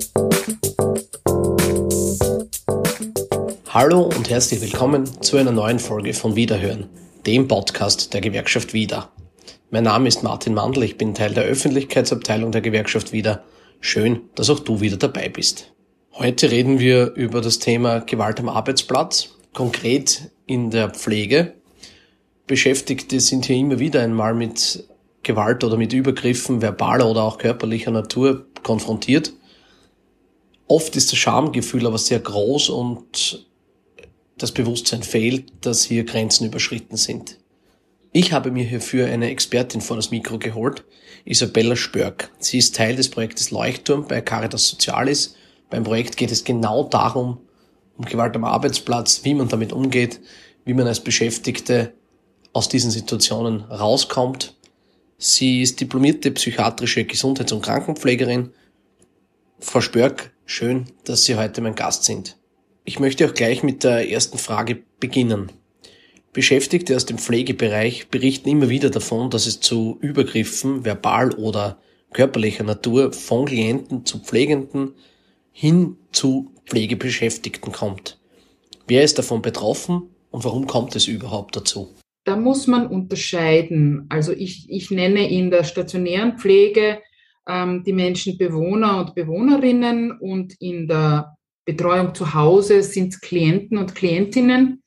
Hallo und herzlich willkommen zu einer neuen Folge von Wiederhören, dem Podcast der Gewerkschaft WIDA. Mein Name ist Martin Mandl, ich bin Teil der Öffentlichkeitsabteilung der Gewerkschaft WIDA. Schön, dass auch du wieder dabei bist. Heute reden wir über das Thema Gewalt am Arbeitsplatz, konkret in der Pflege. Beschäftigte sind hier immer wieder einmal mit Gewalt oder mit Übergriffen verbaler oder auch körperlicher Natur konfrontiert. Oft ist das Schamgefühl aber sehr groß und das Bewusstsein fehlt, dass hier Grenzen überschritten sind. Ich habe mir hierfür eine Expertin vor das Mikro geholt, Isabella Spörk. Sie ist Teil des Projektes Leuchtturm bei Caritas Socialis. Beim Projekt geht es genau darum, um Gewalt am Arbeitsplatz, wie man damit umgeht, wie man als Beschäftigte aus diesen Situationen rauskommt. Sie ist diplomierte psychiatrische Gesundheits- und Krankenpflegerin. Frau Spörk, schön, dass Sie heute mein Gast sind. Ich möchte auch gleich mit der ersten Frage beginnen. Beschäftigte aus dem Pflegebereich berichten immer wieder davon, dass es zu Übergriffen verbal oder körperlicher Natur von Klienten zu Pflegenden hin zu Pflegebeschäftigten kommt. Wer ist davon betroffen und warum kommt es überhaupt dazu? Da muss man unterscheiden. Also ich nenne in der stationären Pflege die Menschen Bewohner und Bewohnerinnen und in der Betreuung zu Hause sind es Klienten und Klientinnen.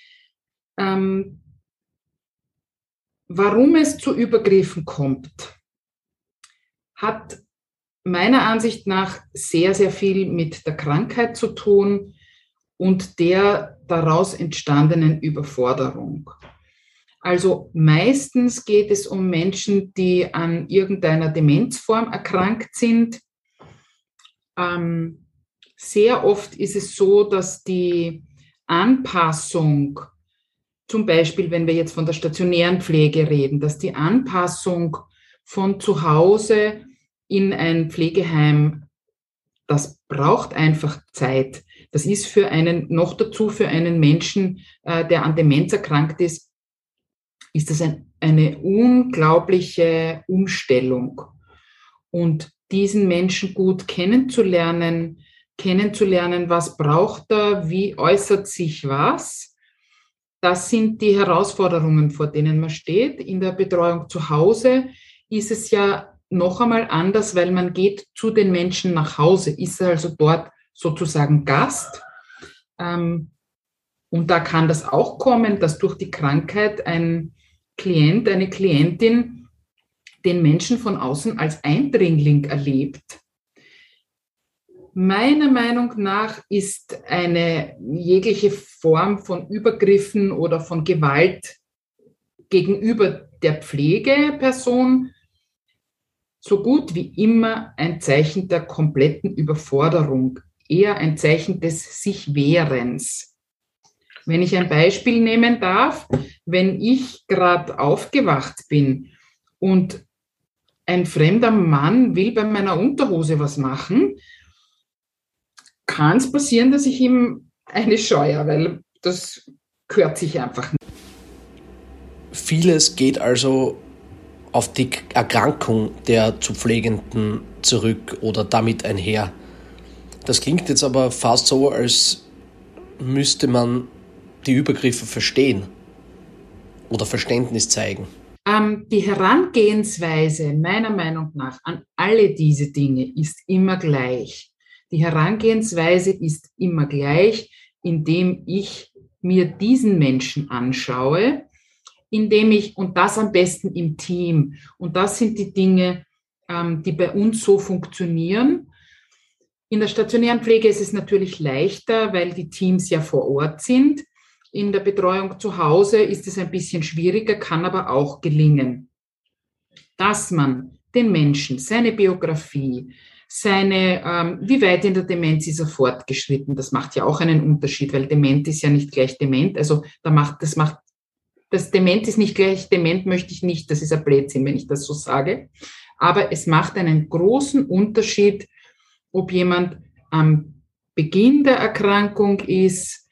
Warum es zu Übergriffen kommt, hat meiner Ansicht nach sehr, sehr viel mit der Krankheit zu tun und der daraus entstandenen Überforderung. Also meistens geht es um Menschen, die an irgendeiner Demenzform erkrankt sind. Sehr oft ist es so, dass die Anpassung, zum Beispiel wenn wir jetzt von der stationären Pflege reden, dass die Anpassung von zu Hause in ein Pflegeheim, das braucht einfach Zeit. Das ist noch dazu für einen Menschen, der an Demenz erkrankt ist das eine unglaubliche Umstellung. Und diesen Menschen gut kennenzulernen, was braucht er, wie äußert sich was, das sind die Herausforderungen, vor denen man steht. In der Betreuung zu Hause ist es ja noch einmal anders, weil man geht zu den Menschen nach Hause, ist also dort sozusagen Gast. Und da kann das auch kommen, dass durch die Krankheit ein Klient, eine Klientin den Menschen von außen als Eindringling erlebt. Meiner Meinung nach ist eine jegliche Form von Übergriffen oder von Gewalt gegenüber der Pflegeperson so gut wie immer ein Zeichen der kompletten Überforderung, eher ein Zeichen des Sich-Wehrens. Wenn ich ein Beispiel nehmen darf, wenn ich gerade aufgewacht bin und ein fremder Mann will bei meiner Unterhose was machen, kann es passieren, dass ich ihm eine scheue, weil das gehört sich einfach nicht. Vieles geht also auf die Erkrankung der zu Pflegenden zurück oder damit einher. Das klingt jetzt aber fast so, als müsste man die Übergriffe verstehen oder Verständnis zeigen. Die Herangehensweise meiner Meinung nach an alle diese Dinge ist immer gleich. Die Herangehensweise ist immer gleich, indem ich mir diesen Menschen anschaue, und das am besten im Team. Und das sind die Dinge, die bei uns so funktionieren. In der stationären Pflege ist es natürlich leichter, weil die Teams ja vor Ort sind. In der Betreuung zu Hause ist es ein bisschen schwieriger, kann aber auch gelingen, dass man den Menschen, seine Biografie, wie weit in der Demenz ist er fortgeschritten, das macht ja auch einen Unterschied, weil dement ist ja nicht gleich dement, also das Dement ist nicht gleich dement, möchte ich nicht, das ist ein Blödsinn, wenn ich das so sage, aber es macht einen großen Unterschied, ob jemand am Beginn der Erkrankung ist,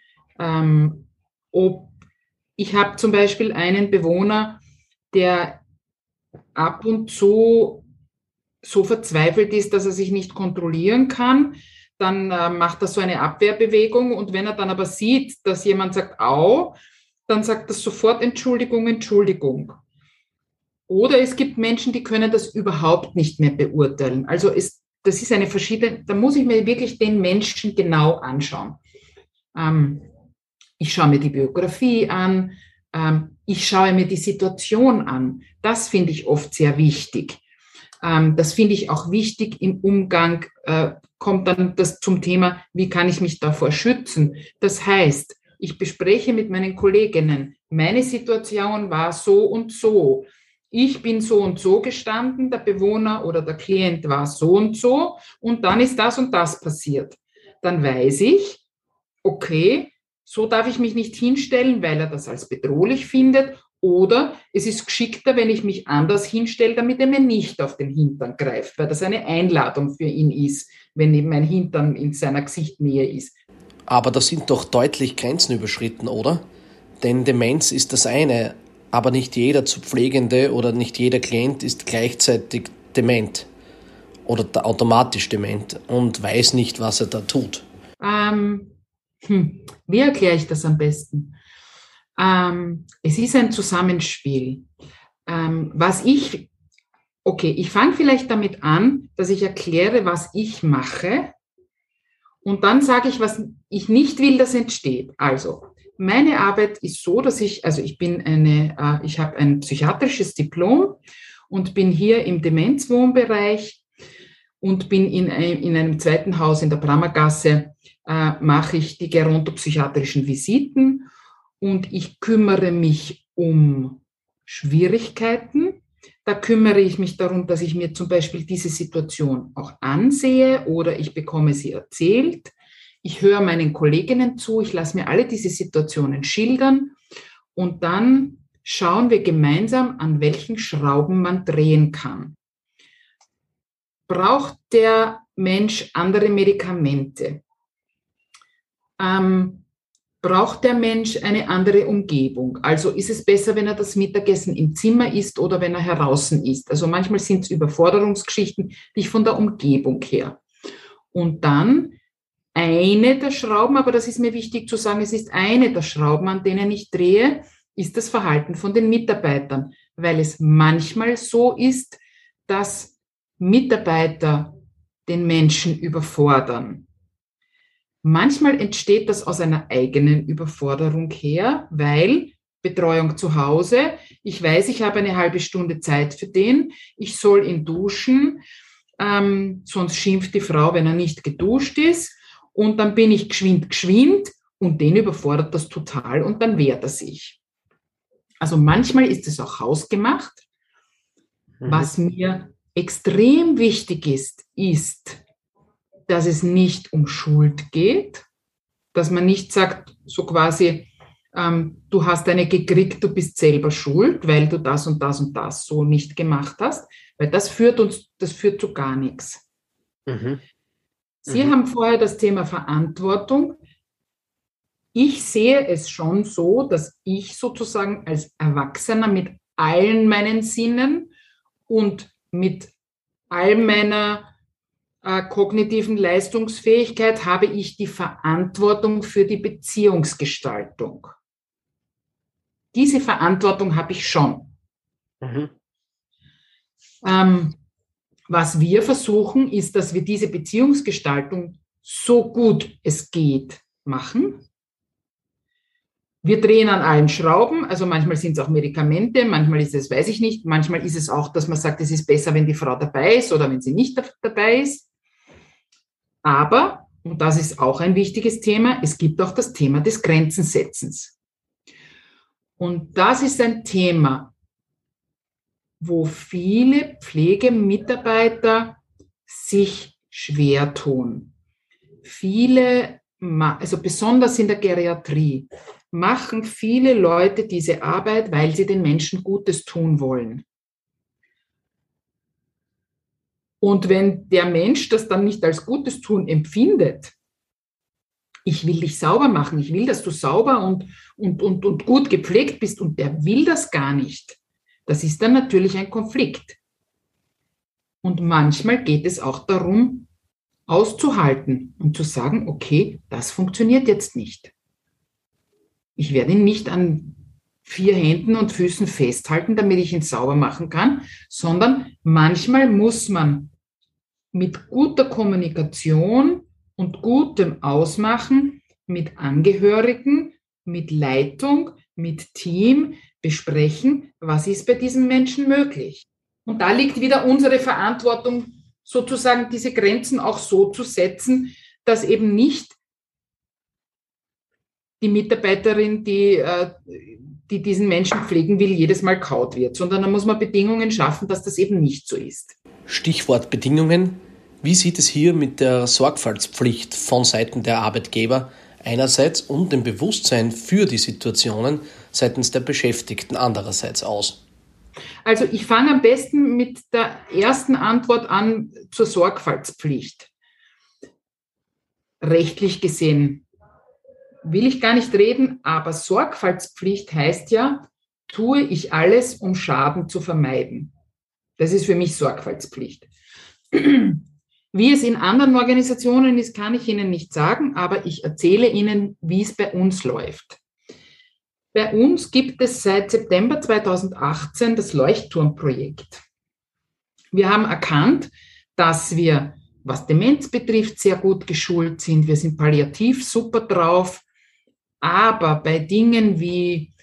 ich habe zum Beispiel einen Bewohner, der ab und zu so verzweifelt ist, dass er sich nicht kontrollieren kann, dann macht er so eine Abwehrbewegung und wenn er dann aber sieht, dass jemand sagt, au, dann sagt er sofort Entschuldigung, Entschuldigung. Oder es gibt Menschen, die können das überhaupt nicht mehr beurteilen. Also das ist eine verschiedene, da muss ich mir wirklich den Menschen genau anschauen. Ich schaue mir die Biografie an, ich schaue mir die Situation an. Das finde ich oft sehr wichtig. Das finde ich auch wichtig im Umgang, kommt dann das zum Thema, wie kann ich mich davor schützen? Das heißt, ich bespreche mit meinen Kolleginnen, meine Situation war so und so. Ich bin so und so gestanden, der Bewohner oder der Klient war so und dann ist das und das passiert. Dann weiß ich, okay, so darf ich mich nicht hinstellen, weil er das als bedrohlich findet. Oder es ist geschickter, wenn ich mich anders hinstelle, damit er mir nicht auf den Hintern greift, weil das eine Einladung für ihn ist, wenn eben mein Hintern in seiner Gesichtnähe ist. Aber da sind doch deutlich Grenzen überschritten, oder? Denn Demenz ist das eine, aber nicht jeder zu Pflegende oder nicht jeder Klient ist gleichzeitig dement oder automatisch dement und weiß nicht, was er da tut. Wie erkläre ich das am besten? Es ist ein Zusammenspiel. Ich fange vielleicht damit an, dass ich erkläre, was ich mache und dann sage ich, was ich nicht will, dass entsteht. Also, meine Arbeit ist so, dass ich habe ein psychiatrisches Diplom und bin hier im Demenzwohnbereich und bin in einem zweiten Haus in der Brammergasse, mache ich die gerontopsychiatrischen Visiten und ich kümmere mich um Schwierigkeiten. Da kümmere ich mich darum, dass ich mir zum Beispiel diese Situation auch ansehe oder ich bekomme sie erzählt. Ich höre meinen Kolleginnen zu, ich lasse mir alle diese Situationen schildern und dann schauen wir gemeinsam, an welchen Schrauben man drehen kann. Braucht der Mensch andere Medikamente? Braucht der Mensch eine andere Umgebung? Also ist es besser, wenn er das Mittagessen im Zimmer isst oder wenn er draußen isst? Also manchmal sind es Überforderungsgeschichten, die ich von der Umgebung her. Und dann eine der Schrauben, aber das ist mir wichtig zu sagen, es ist eine der Schrauben, an denen ich drehe, ist das Verhalten von den Mitarbeitern, weil es manchmal so ist, dass Mitarbeiter den Menschen überfordern. Manchmal entsteht das aus einer eigenen Überforderung her, weil Betreuung zu Hause, ich weiß, ich habe eine halbe Stunde Zeit für den, ich soll ihn duschen, sonst schimpft die Frau, wenn er nicht geduscht ist und dann bin ich geschwind und den überfordert das total und dann wehrt er sich. Also manchmal ist es auch hausgemacht. Was mir extrem wichtig ist, dass es nicht um Schuld geht, dass man nicht sagt, so quasi, du hast eine gekriegt, du bist selber schuld, weil du das und das und das so nicht gemacht hast, weil das führt zu gar nichts. Sie haben vorher das Thema Verantwortung. Ich sehe es schon so, dass ich sozusagen als Erwachsener mit allen meinen Sinnen und mit all meiner kognitiven Leistungsfähigkeit habe ich die Verantwortung für die Beziehungsgestaltung. Diese Verantwortung habe ich schon. Was wir versuchen, ist, dass wir diese Beziehungsgestaltung so gut es geht machen. Wir drehen an allen Schrauben, also manchmal sind es auch Medikamente, manchmal ist es, weiß ich nicht, manchmal ist es auch, dass man sagt, es ist besser, wenn die Frau dabei ist oder wenn sie nicht dabei ist. Aber, und das ist auch ein wichtiges Thema, es gibt auch das Thema des Grenzensetzens. Und das ist ein Thema, wo viele Pflegemitarbeiter sich schwer tun. Viele, also besonders in der Geriatrie, machen viele Leute diese Arbeit, weil sie den Menschen Gutes tun wollen. Und wenn der Mensch das dann nicht als Gutes tun empfindet, ich will dich sauber machen, ich will, dass du sauber und gut gepflegt bist und der will das gar nicht, das ist dann natürlich ein Konflikt. Und manchmal geht es auch darum, auszuhalten und zu sagen, okay, das funktioniert jetzt nicht. Ich werde ihn nicht an 4 Händen und Füßen festhalten, damit ich ihn sauber machen kann, sondern manchmal muss man mit guter Kommunikation und gutem Ausmachen mit Angehörigen, mit Leitung, mit Team besprechen, was ist bei diesem Menschen möglich. Und da liegt wieder unsere Verantwortung, sozusagen diese Grenzen auch so zu setzen, dass eben nicht die Mitarbeiterin, die diesen Menschen pflegen will, jedes Mal kaut wird, sondern da muss man Bedingungen schaffen, dass das eben nicht so ist. Stichwort Bedingungen. Wie sieht es hier mit der Sorgfaltspflicht von Seiten der Arbeitgeber einerseits und dem Bewusstsein für die Situationen seitens der Beschäftigten andererseits aus? Also ich fange am besten mit der ersten Antwort an zur Sorgfaltspflicht. Rechtlich gesehen will ich gar nicht reden, aber Sorgfaltspflicht heißt ja, tue ich alles, um Schaden zu vermeiden. Das ist für mich Sorgfaltspflicht. Wie es in anderen Organisationen ist, kann ich Ihnen nicht sagen, aber ich erzähle Ihnen, wie es bei uns läuft. Bei uns gibt es seit September 2018 das Leuchtturmprojekt. Wir haben erkannt, dass wir, was Demenz betrifft, sehr gut geschult sind. Wir sind palliativ super drauf, aber bei Dingen wie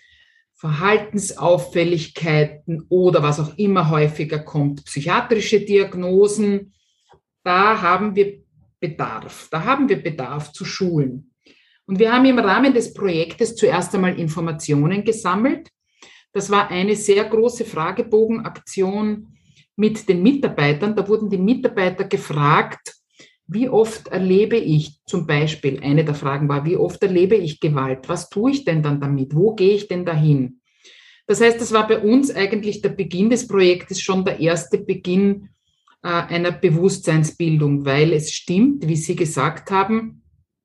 Verhaltensauffälligkeiten oder was auch immer häufiger kommt, psychiatrische Diagnosen, da haben wir Bedarf. Da haben wir Bedarf zu schulen. Und wir haben im Rahmen des Projektes zuerst einmal Informationen gesammelt. Das war eine sehr große Fragebogenaktion mit den Mitarbeitern. Da wurden die Mitarbeiter gefragt, wie oft erlebe ich zum Beispiel, eine der Fragen war, wie oft erlebe ich Gewalt? Was tue ich denn dann damit? Wo gehe ich denn dahin? Das heißt, das war bei uns eigentlich der Beginn des Projektes, schon der erste Beginn einer Bewusstseinsbildung, weil es stimmt, wie Sie gesagt haben,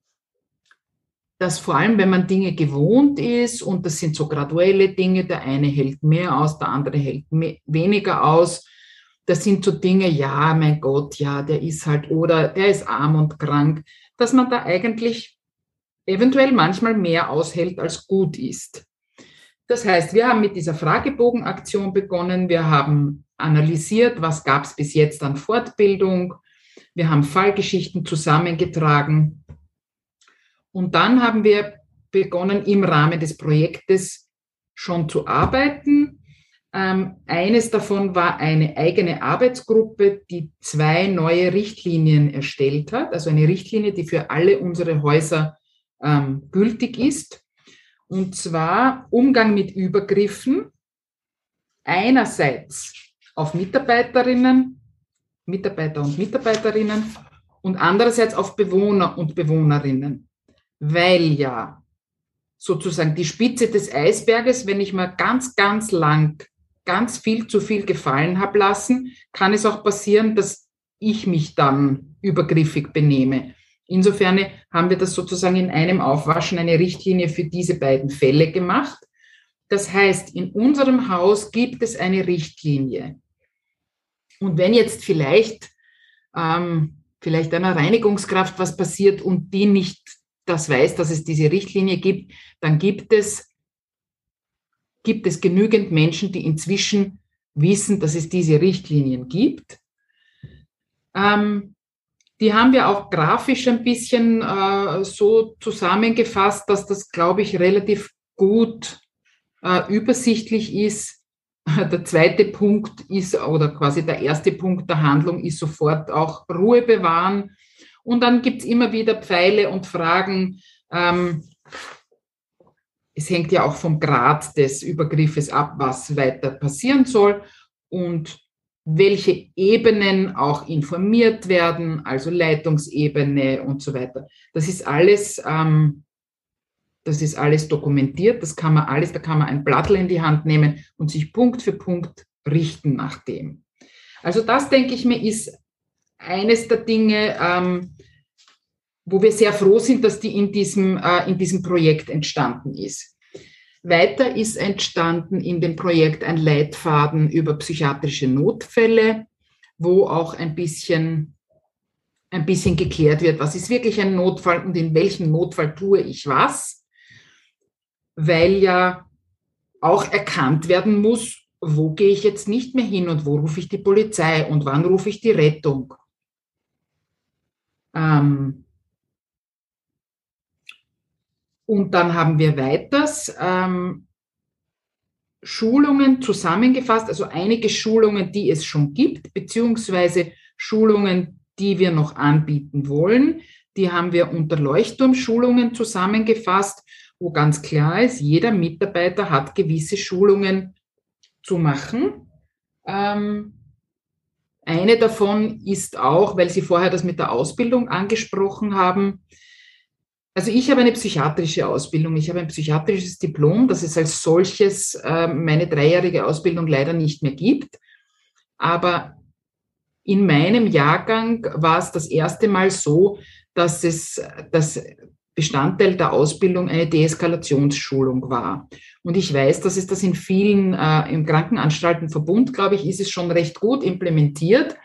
dass vor allem, wenn man Dinge gewohnt ist, und das sind so graduelle Dinge, der eine hält mehr aus, der andere hält weniger aus, das sind so Dinge, ja, mein Gott, ja, der ist halt, oder der ist arm und krank, dass man da eigentlich eventuell manchmal mehr aushält, als gut ist. Das heißt, wir haben mit dieser Fragebogenaktion begonnen, wir haben analysiert, was gab es bis jetzt an Fortbildung, wir haben Fallgeschichten zusammengetragen und dann haben wir begonnen, im Rahmen des Projektes schon zu arbeiten. Eines davon war eine eigene Arbeitsgruppe, die 2 neue Richtlinien erstellt hat, also eine Richtlinie, die für alle unsere Häuser gültig ist, und zwar Umgang mit Übergriffen, einerseits auf Mitarbeiter und Mitarbeiterinnen und andererseits auf Bewohner und Bewohnerinnen, weil ja sozusagen die Spitze des Eisberges, wenn ich mal ganz, ganz lang ganz viel zu viel gefallen habe lassen, kann es auch passieren, dass ich mich dann übergriffig benehme. Insofern haben wir das sozusagen in einem Aufwaschen eine Richtlinie für diese beiden Fälle gemacht. Das heißt, in unserem Haus gibt es eine Richtlinie. Und wenn jetzt vielleicht einer Reinigungskraft was passiert und die nicht das weiß, dass es diese Richtlinie gibt, dann gibt es genügend Menschen, die inzwischen wissen, dass es diese Richtlinien gibt. Die haben wir auch grafisch ein bisschen so zusammengefasst, dass das, glaube ich, relativ gut übersichtlich ist. Der zweite Punkt ist, oder quasi der erste Punkt der Handlung ist sofort auch Ruhe bewahren. Und dann gibt es immer wieder Pfeile und Fragen. Es hängt ja auch vom Grad des Übergriffes ab, was weiter passieren soll und welche Ebenen auch informiert werden, also Leitungsebene und so weiter. Das ist alles dokumentiert, da kann man ein Blattl in die Hand nehmen und sich Punkt für Punkt richten nach dem. Also das, denke ich mir, ist eines der Dinge, wo wir sehr froh sind, dass die in diesem Projekt entstanden ist. Weiter ist entstanden in dem Projekt ein Leitfaden über psychiatrische Notfälle. wo auch ein bisschen geklärt wird, was ist wirklich ein Notfall und in welchem Notfall tue ich was, weil ja auch erkannt werden muss, wo gehe ich jetzt nicht mehr hin und wo rufe ich die Polizei und wann rufe ich die Rettung. Und dann haben wir weiters Schulungen zusammengefasst, also einige Schulungen, die es schon gibt, beziehungsweise Schulungen, die wir noch anbieten wollen. Die haben wir unter Leuchtturmschulungen zusammengefasst, wo ganz klar ist, jeder Mitarbeiter hat gewisse Schulungen zu machen. Eine davon ist auch, weil Sie vorher das mit der Ausbildung angesprochen haben, also ich habe eine psychiatrische Ausbildung, ich habe ein psychiatrisches Diplom, das es als solches meine 3-jährige Ausbildung leider nicht mehr gibt. Aber in meinem Jahrgang war es das erste Mal so, dass das Bestandteil der Ausbildung eine Deeskalationsschulung war. Und ich weiß, dass es das in vielen, im Krankenanstaltenverbund, glaube ich, ist es schon recht gut implementiert.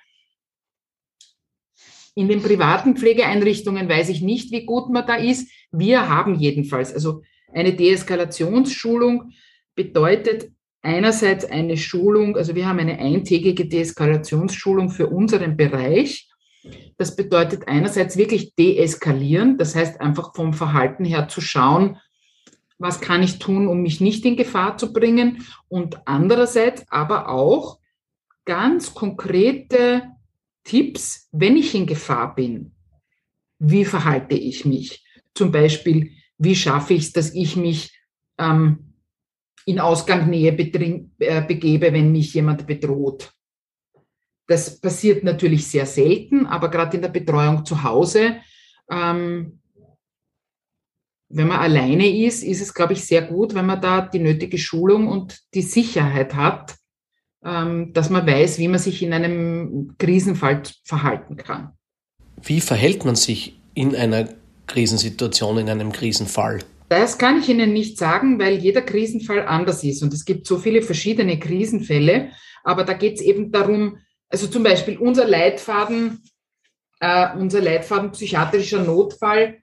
In den privaten Pflegeeinrichtungen weiß ich nicht, wie gut man da ist. Wir haben jedenfalls, also eine Deeskalationsschulung bedeutet einerseits eine Schulung, also wir haben eine eintägige Deeskalationsschulung für unseren Bereich. Das bedeutet einerseits wirklich deeskalieren, das heißt einfach vom Verhalten her zu schauen, was kann ich tun, um mich nicht in Gefahr zu bringen, und andererseits aber auch ganz konkrete Tipps, wenn ich in Gefahr bin. Wie verhalte ich mich? Zum Beispiel, wie schaffe ich es, dass ich mich in Ausgangnähe begebe, wenn mich jemand bedroht? Das passiert natürlich sehr selten, aber gerade in der Betreuung zu Hause, wenn man alleine ist, ist es, glaube ich, sehr gut, wenn man da die nötige Schulung und die Sicherheit hat, dass man weiß, wie man sich in einem Krisenfall verhalten kann. Wie verhält man sich in einer Krisensituation, in einem Krisenfall? Das kann ich Ihnen nicht sagen, weil jeder Krisenfall anders ist und es gibt so viele verschiedene Krisenfälle, aber da geht es eben darum, also zum Beispiel unser Leitfaden psychiatrischer Notfall,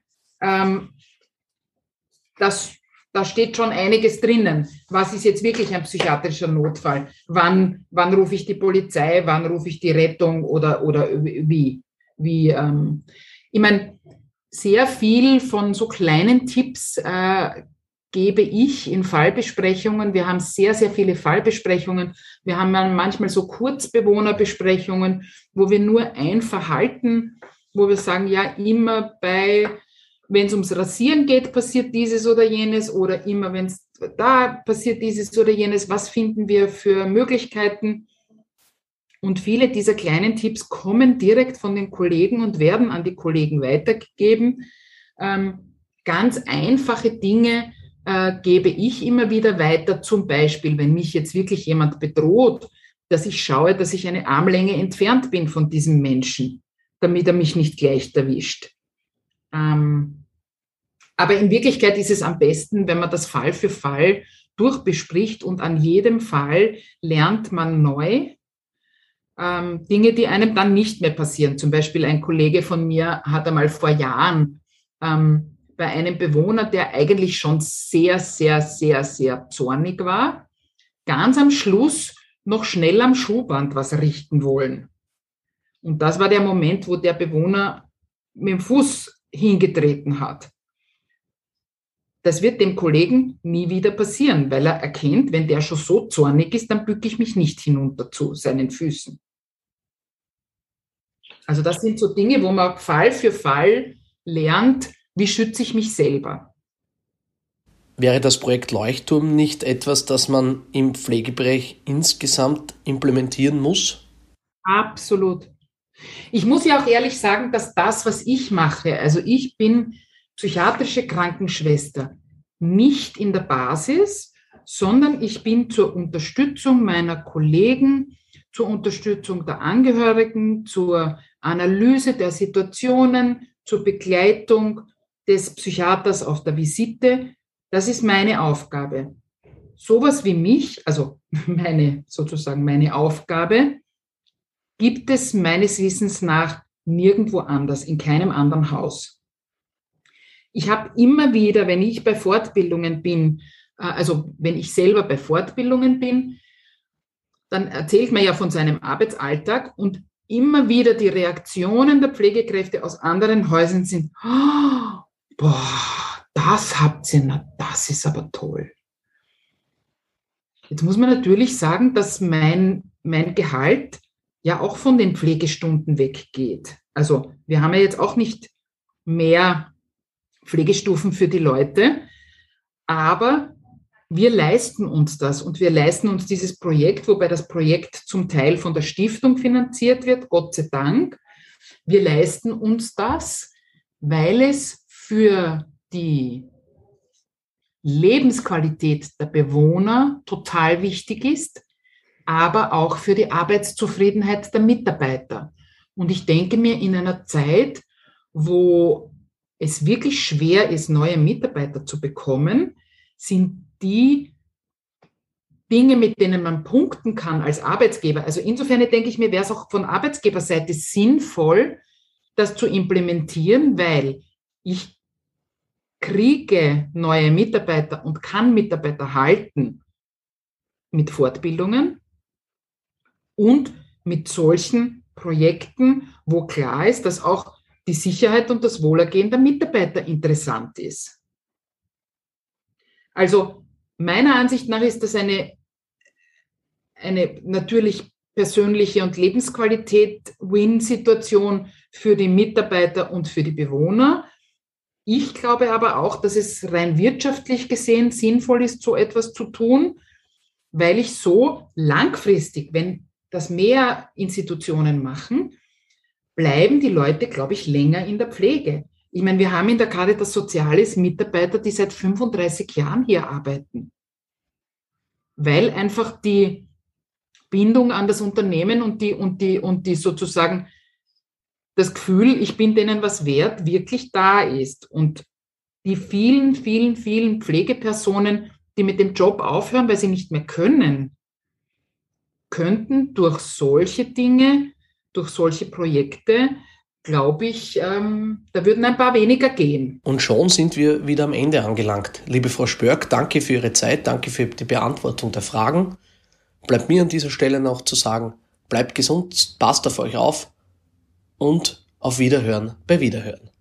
da steht schon einiges drinnen. Was ist jetzt wirklich ein psychiatrischer Notfall? Wann rufe ich die Polizei? Wann rufe ich die Rettung? Oder wie? Ich meine, sehr viel von so kleinen Tipps gebe ich in Fallbesprechungen. Wir haben sehr, sehr viele Fallbesprechungen. Wir haben manchmal so Kurzbewohnerbesprechungen, wo wir nur ein Verhalten, wo wir sagen, ja, immer wenn es ums Rasieren geht, passiert dieses oder jenes, oder immer wenn es da passiert dieses oder jenes, was finden wir für Möglichkeiten? Und viele dieser kleinen Tipps kommen direkt von den Kollegen und werden an die Kollegen weitergegeben. Ganz einfache Dinge gebe ich immer wieder weiter, zum Beispiel, wenn mich jetzt wirklich jemand bedroht, dass ich schaue, dass ich eine Armlänge entfernt bin von diesem Menschen, damit er mich nicht gleich erwischt. Aber in Wirklichkeit ist es am besten, wenn man das Fall für Fall durchbespricht und an jedem Fall lernt man neu Dinge, die einem dann nicht mehr passieren. Zum Beispiel ein Kollege von mir hat einmal vor Jahren bei einem Bewohner, der eigentlich schon sehr, sehr, sehr, sehr zornig war, ganz am Schluss noch schnell am Schuhband was richten wollen. Und das war der Moment, wo der Bewohner mit dem Fuß hingetreten hat. Das wird dem Kollegen nie wieder passieren, weil er erkennt, wenn der schon so zornig ist, dann bücke ich mich nicht hinunter zu seinen Füßen. Also das sind so Dinge, wo man Fall für Fall lernt, wie schütze ich mich selber. Wäre das Projekt Leuchtturm nicht etwas, das man im Pflegebereich insgesamt implementieren muss? Absolut. Ich muss ja auch ehrlich sagen, dass das, was ich mache, also ich bin psychiatrische Krankenschwester, nicht in der Basis, sondern ich bin zur Unterstützung meiner Kollegen, zur Unterstützung der Angehörigen, zur Analyse der Situationen, zur Begleitung des Psychiaters auf der Visite. Das ist meine Aufgabe. Sowas wie mich, also meine Aufgabe, gibt es meines Wissens nach nirgendwo anders, in keinem anderen Haus. Ich habe immer wieder, wenn ich bei Fortbildungen bin, also wenn ich selber bei Fortbildungen bin, dann erzählt man ja von seinem Arbeitsalltag und immer wieder die Reaktionen der Pflegekräfte aus anderen Häusern sind, oh, boah, das habt ihr, na, das ist aber toll. Jetzt muss man natürlich sagen, dass mein Gehalt ja auch von den Pflegestunden weggeht. Also wir haben ja jetzt auch nicht mehr Pflegestufen für die Leute, aber wir leisten uns das und wir leisten uns dieses Projekt, wobei das Projekt zum Teil von der Stiftung finanziert wird, Gott sei Dank. Wir leisten uns das, weil es für die Lebensqualität der Bewohner total wichtig ist, aber auch für die Arbeitszufriedenheit der Mitarbeiter. Und ich denke mir, in einer Zeit, wo es wirklich schwer ist, neue Mitarbeiter zu bekommen, sind die Dinge, mit denen man punkten kann als Arbeitgeber. Also insofern denke ich mir, wäre es auch von Arbeitgeberseite sinnvoll, das zu implementieren, weil ich kriege neue Mitarbeiter und kann Mitarbeiter halten mit Fortbildungen und mit solchen Projekten, wo klar ist, dass auch die Sicherheit und das Wohlergehen der Mitarbeiter interessant ist. Also meiner Ansicht nach ist das eine natürlich persönliche und Lebensqualität-Win-Situation für die Mitarbeiter und für die Bewohner. Ich glaube aber auch, dass es rein wirtschaftlich gesehen sinnvoll ist, so etwas zu tun, weil ich so langfristig, wenn das mehr Institutionen machen, bleiben die Leute, glaube ich, länger in der Pflege. Ich meine, wir haben in der Caritas Sozialis Mitarbeiter, die seit 35 Jahren hier arbeiten, weil einfach die Bindung an das Unternehmen und die sozusagen das Gefühl, ich bin denen was wert, wirklich da ist. Und die vielen, vielen, vielen Pflegepersonen, die mit dem Job aufhören, weil sie nicht mehr können, könnten durch solche Dinge, durch solche Projekte, glaube ich, da würden ein paar weniger gehen. Und schon sind wir wieder am Ende angelangt. Liebe Frau Spörk, danke für Ihre Zeit, danke für die Beantwortung der Fragen. Bleibt mir an dieser Stelle noch zu sagen, bleibt gesund, passt auf euch auf und auf Wiederhören bei Wiederhören.